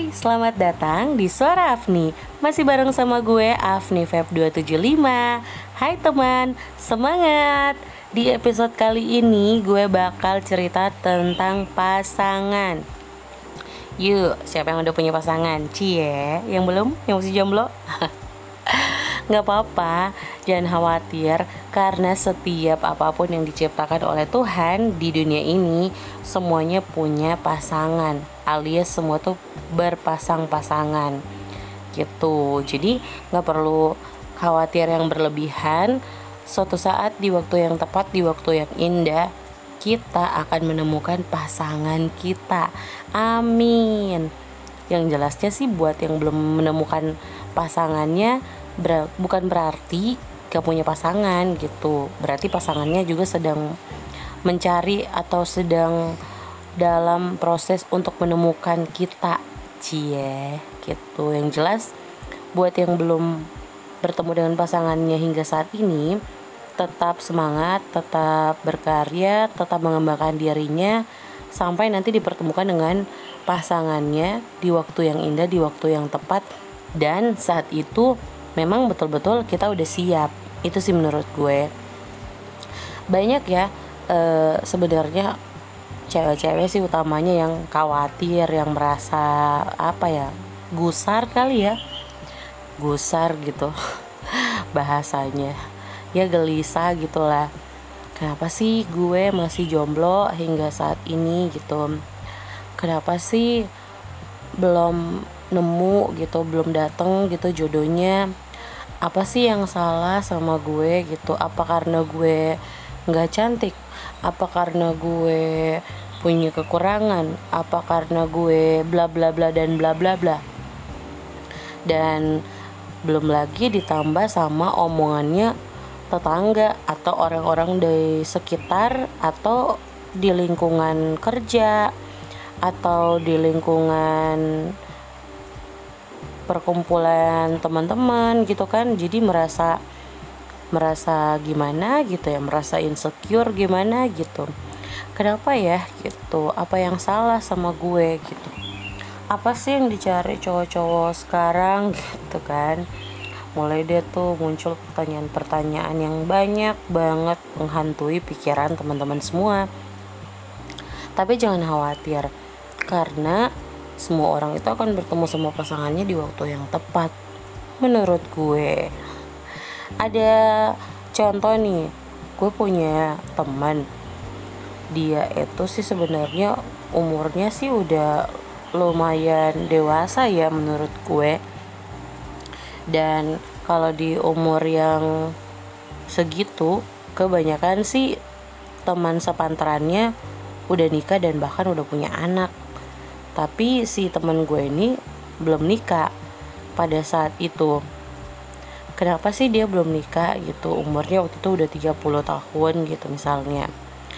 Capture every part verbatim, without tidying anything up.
selamat datang di Suara Afni. Masih bareng sama gue, Afni Feb dua tujuh lima. Hai teman, semangat. Di episode kali ini gue bakal cerita tentang pasangan. Yuk, siapa yang udah punya pasangan? Cie, yang belum? Yang masih jomblo? Gak apa-apa, jangan khawatir, karena setiap apapun yang diciptakan oleh Tuhan di dunia ini semuanya punya pasangan, alias semua tuh berpasang-pasangan gitu. Jadi gak perlu khawatir yang berlebihan. Suatu saat di waktu yang tepat, di waktu yang indah, kita akan menemukan pasangan kita. Amin. Yang jelasnya sih buat yang belum menemukan pasangannya, Ber- bukan berarti gak punya pasangan gitu. Berarti pasangannya juga sedang mencari atau sedang dalam proses untuk menemukan kita. Cie gitu. Yang jelas buat yang belum bertemu dengan pasangannya hingga saat ini, tetap semangat, tetap berkarya, tetap mengembangkan dirinya sampai nanti dipertemukan dengan pasangannya di waktu yang indah, di waktu yang tepat. Dan saat itu memang betul-betul kita udah siap. Itu sih menurut gue. Banyak ya e, sebenarnya cewek-cewek sih utamanya yang khawatir, yang merasa apa ya, gusar kali ya, gusar gitu bahasanya ya, gelisah gitulah. Kenapa sih gue masih jomblo hingga saat ini gitu? Kenapa sih belum nemu gitu, belum dateng gitu jodohnya? Apa sih yang salah sama gue gitu? Apa karena gue nggak cantik? Apa karena gue punya kekurangan? Apa karena gue bla bla bla dan bla bla bla? Dan belum lagi ditambah sama omongannya tetangga atau orang-orang di sekitar atau di lingkungan kerja atau di lingkungan perkumpulan teman-teman gitu kan. Jadi merasa merasa gimana gitu ya, merasa insecure gimana gitu. Kenapa ya gitu? Apa yang salah sama gue gitu? Apa sih yang dicari cowok-cowok sekarang gitu kan? Mulai deh tuh muncul pertanyaan-pertanyaan yang banyak banget menghantui pikiran teman-teman semua. Tapi jangan khawatir, karena semua orang itu akan bertemu sama pasangannya di waktu yang tepat. Menurut gue, ada contoh nih, gue punya teman, dia itu sih sebenarnya umurnya sih udah lumayan dewasa ya menurut gue. Dan kalau di umur yang segitu, kebanyakan sih teman sepantarannya udah nikah dan bahkan udah punya anak. Tapi si teman gue ini belum nikah pada saat itu. Kenapa sih dia belum nikah gitu? Umurnya waktu itu udah tiga puluh tahun gitu misalnya.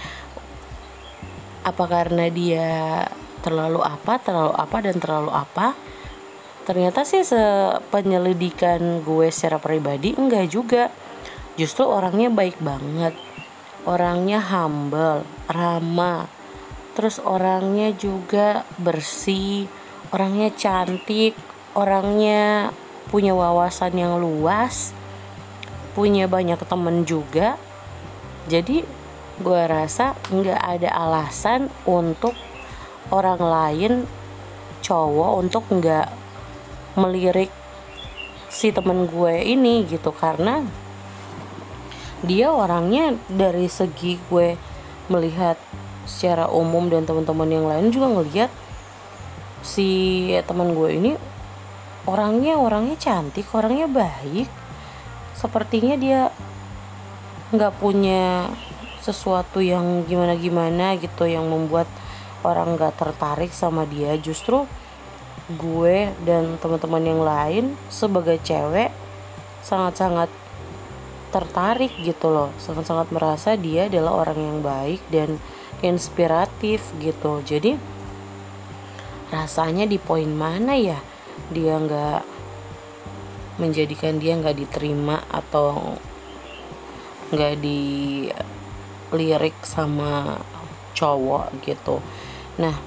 Apa karena dia terlalu apa, terlalu apa, dan terlalu apa? Ternyata sih sepenyelidikan gue secara pribadi enggak juga. Justru orangnya baik banget. Orangnya humble, ramah. Terus orangnya juga bersih, orangnya cantik, orangnya punya wawasan yang luas, punya banyak temen juga. Jadi gue rasa nggak ada alasan untuk orang lain, cowok, untuk nggak melirik si temen gue ini gitu. Karena dia orangnya dari segi gue melihat secara umum dan teman-teman yang lain juga ngelihat si teman gue ini orangnya orangnya cantik, orangnya baik. Sepertinya dia nggak punya sesuatu yang gimana-gimana gitu yang membuat orang nggak tertarik sama dia. Justru gue dan teman-teman yang lain sebagai cewek sangat-sangat tertarik gitu loh, sangat-sangat merasa dia adalah orang yang baik dan inspiratif gitu. Jadi rasanya di poin mana ya dia nggak menjadikan dia nggak diterima atau nggak dilirik sama cowok gitu. Nah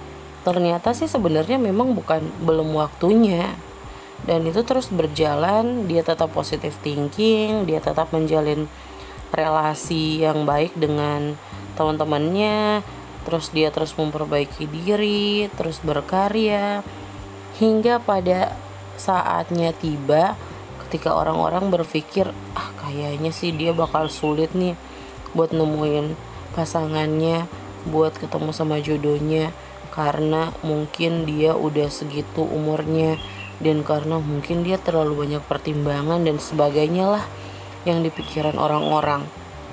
ternyata sih sebenarnya memang bukan belum waktunya, dan itu terus berjalan. Dia tetap positive thinking, dia tetap menjalin relasi yang baik dengan teman-temannya, terus dia terus memperbaiki diri, terus berkarya, hingga pada saatnya tiba ketika orang-orang berpikir, ah kayaknya sih dia bakal sulit nih buat nemuin pasangannya, buat ketemu sama jodohnya, karena mungkin dia udah segitu umurnya, dan karena mungkin dia terlalu banyak pertimbangan dan sebagainya lah yang dipikiran orang-orang.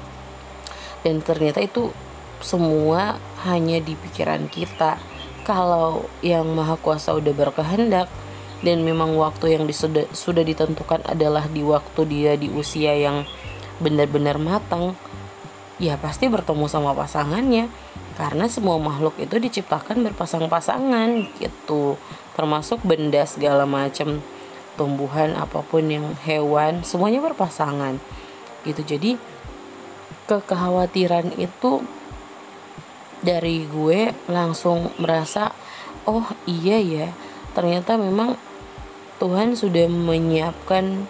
Dan ternyata itu semua hanya di pikiran kita. Kalau yang Maha Kuasa udah berkehendak, dan memang waktu yang disudah, sudah ditentukan adalah di waktu dia di usia yang benar-benar matang, ya pasti bertemu sama pasangannya. Karena semua makhluk itu diciptakan berpasang-pasangan gitu, termasuk benda segala macam, tumbuhan apapun, yang hewan, semuanya berpasangan gitu. Jadi kekhawatiran itu dari gue langsung merasa, oh iya ya, ternyata memang Tuhan sudah menyiapkan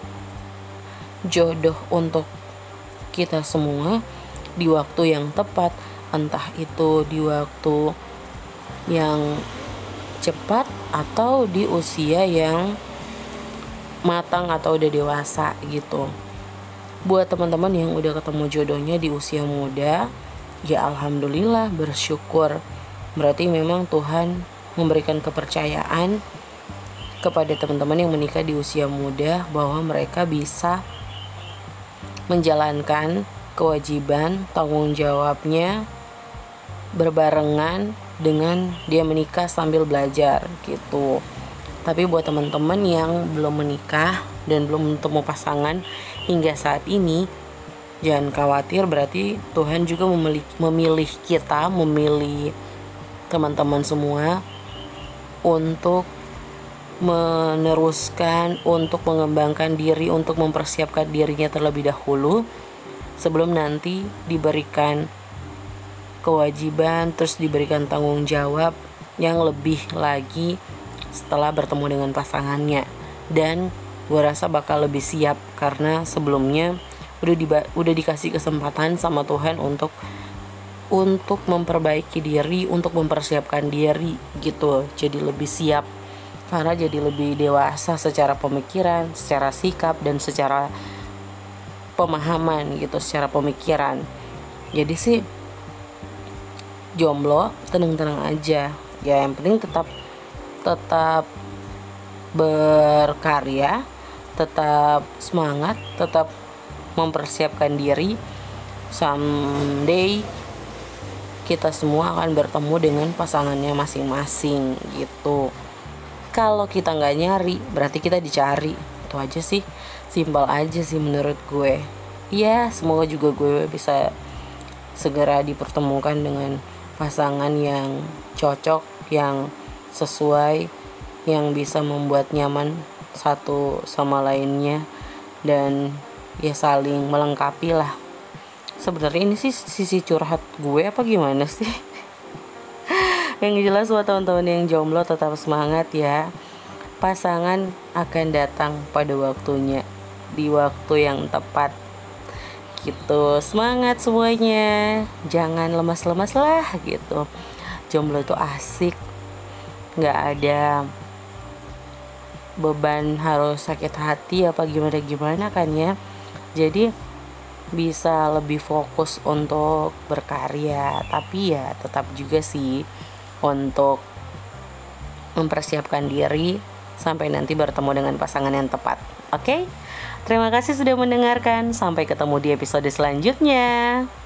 jodoh untuk kita semua di waktu yang tepat, entah itu di waktu yang cepat atau di usia yang matang atau udah dewasa gitu. Buat teman-teman yang udah ketemu jodohnya di usia muda, ya alhamdulillah, bersyukur. Berarti memang Tuhan memberikan kepercayaan kepada teman-teman yang menikah di usia muda bahwa mereka bisa menjalankan kewajiban, tanggung jawabnya berbarengan dengan dia menikah sambil belajar gitu. Tapi buat teman-teman yang belum menikah dan belum ketemu pasangan hingga saat ini, jangan khawatir, berarti Tuhan juga memilih, memilih kita, memilih teman-teman semua untuk meneruskan, untuk mengembangkan diri, untuk mempersiapkan dirinya terlebih dahulu sebelum nanti diberikan kewajiban, terus diberikan tanggung jawab yang lebih lagi setelah bertemu dengan pasangannya. Dan gue rasa bakal lebih siap karena sebelumnya udah diba- udah dikasih kesempatan sama Tuhan untuk untuk memperbaiki diri, untuk mempersiapkan diri gitu. Jadi lebih siap, karena jadi lebih dewasa secara pemikiran, secara sikap, dan secara pemahaman gitu, secara pemikiran. Jadi sih jomblo tenang-tenang aja ya, yang penting tetap tetap berkarya, tetap semangat, tetap mempersiapkan diri. Someday kita semua akan bertemu dengan pasangannya masing-masing gitu. Kalau kita nggak nyari, berarti kita dicari. Itu aja sih, simpel aja sih menurut gue. Ya semoga juga gue bisa segera dipertemukan dengan pasangan yang cocok, yang sesuai, yang bisa membuat nyaman satu sama lainnya, dan ya saling melengkapi lah. Sebenarnya ini sih sisi curhat gue apa gimana sih? Yang jelas buat teman-teman yang jomblo tetap semangat ya. Pasangan akan datang pada waktunya, di waktu yang tepat gitu. Semangat semuanya, jangan lemas-lemas lah gitu. Jomblo itu asik, nggak ada beban harus sakit hati apa gimana-gimana kan ya. Jadi bisa lebih fokus untuk berkarya, tapi ya tetap juga sih untuk mempersiapkan diri sampai nanti bertemu dengan pasangan yang tepat. Oke? Terima kasih sudah mendengarkan. Sampai ketemu di episode selanjutnya.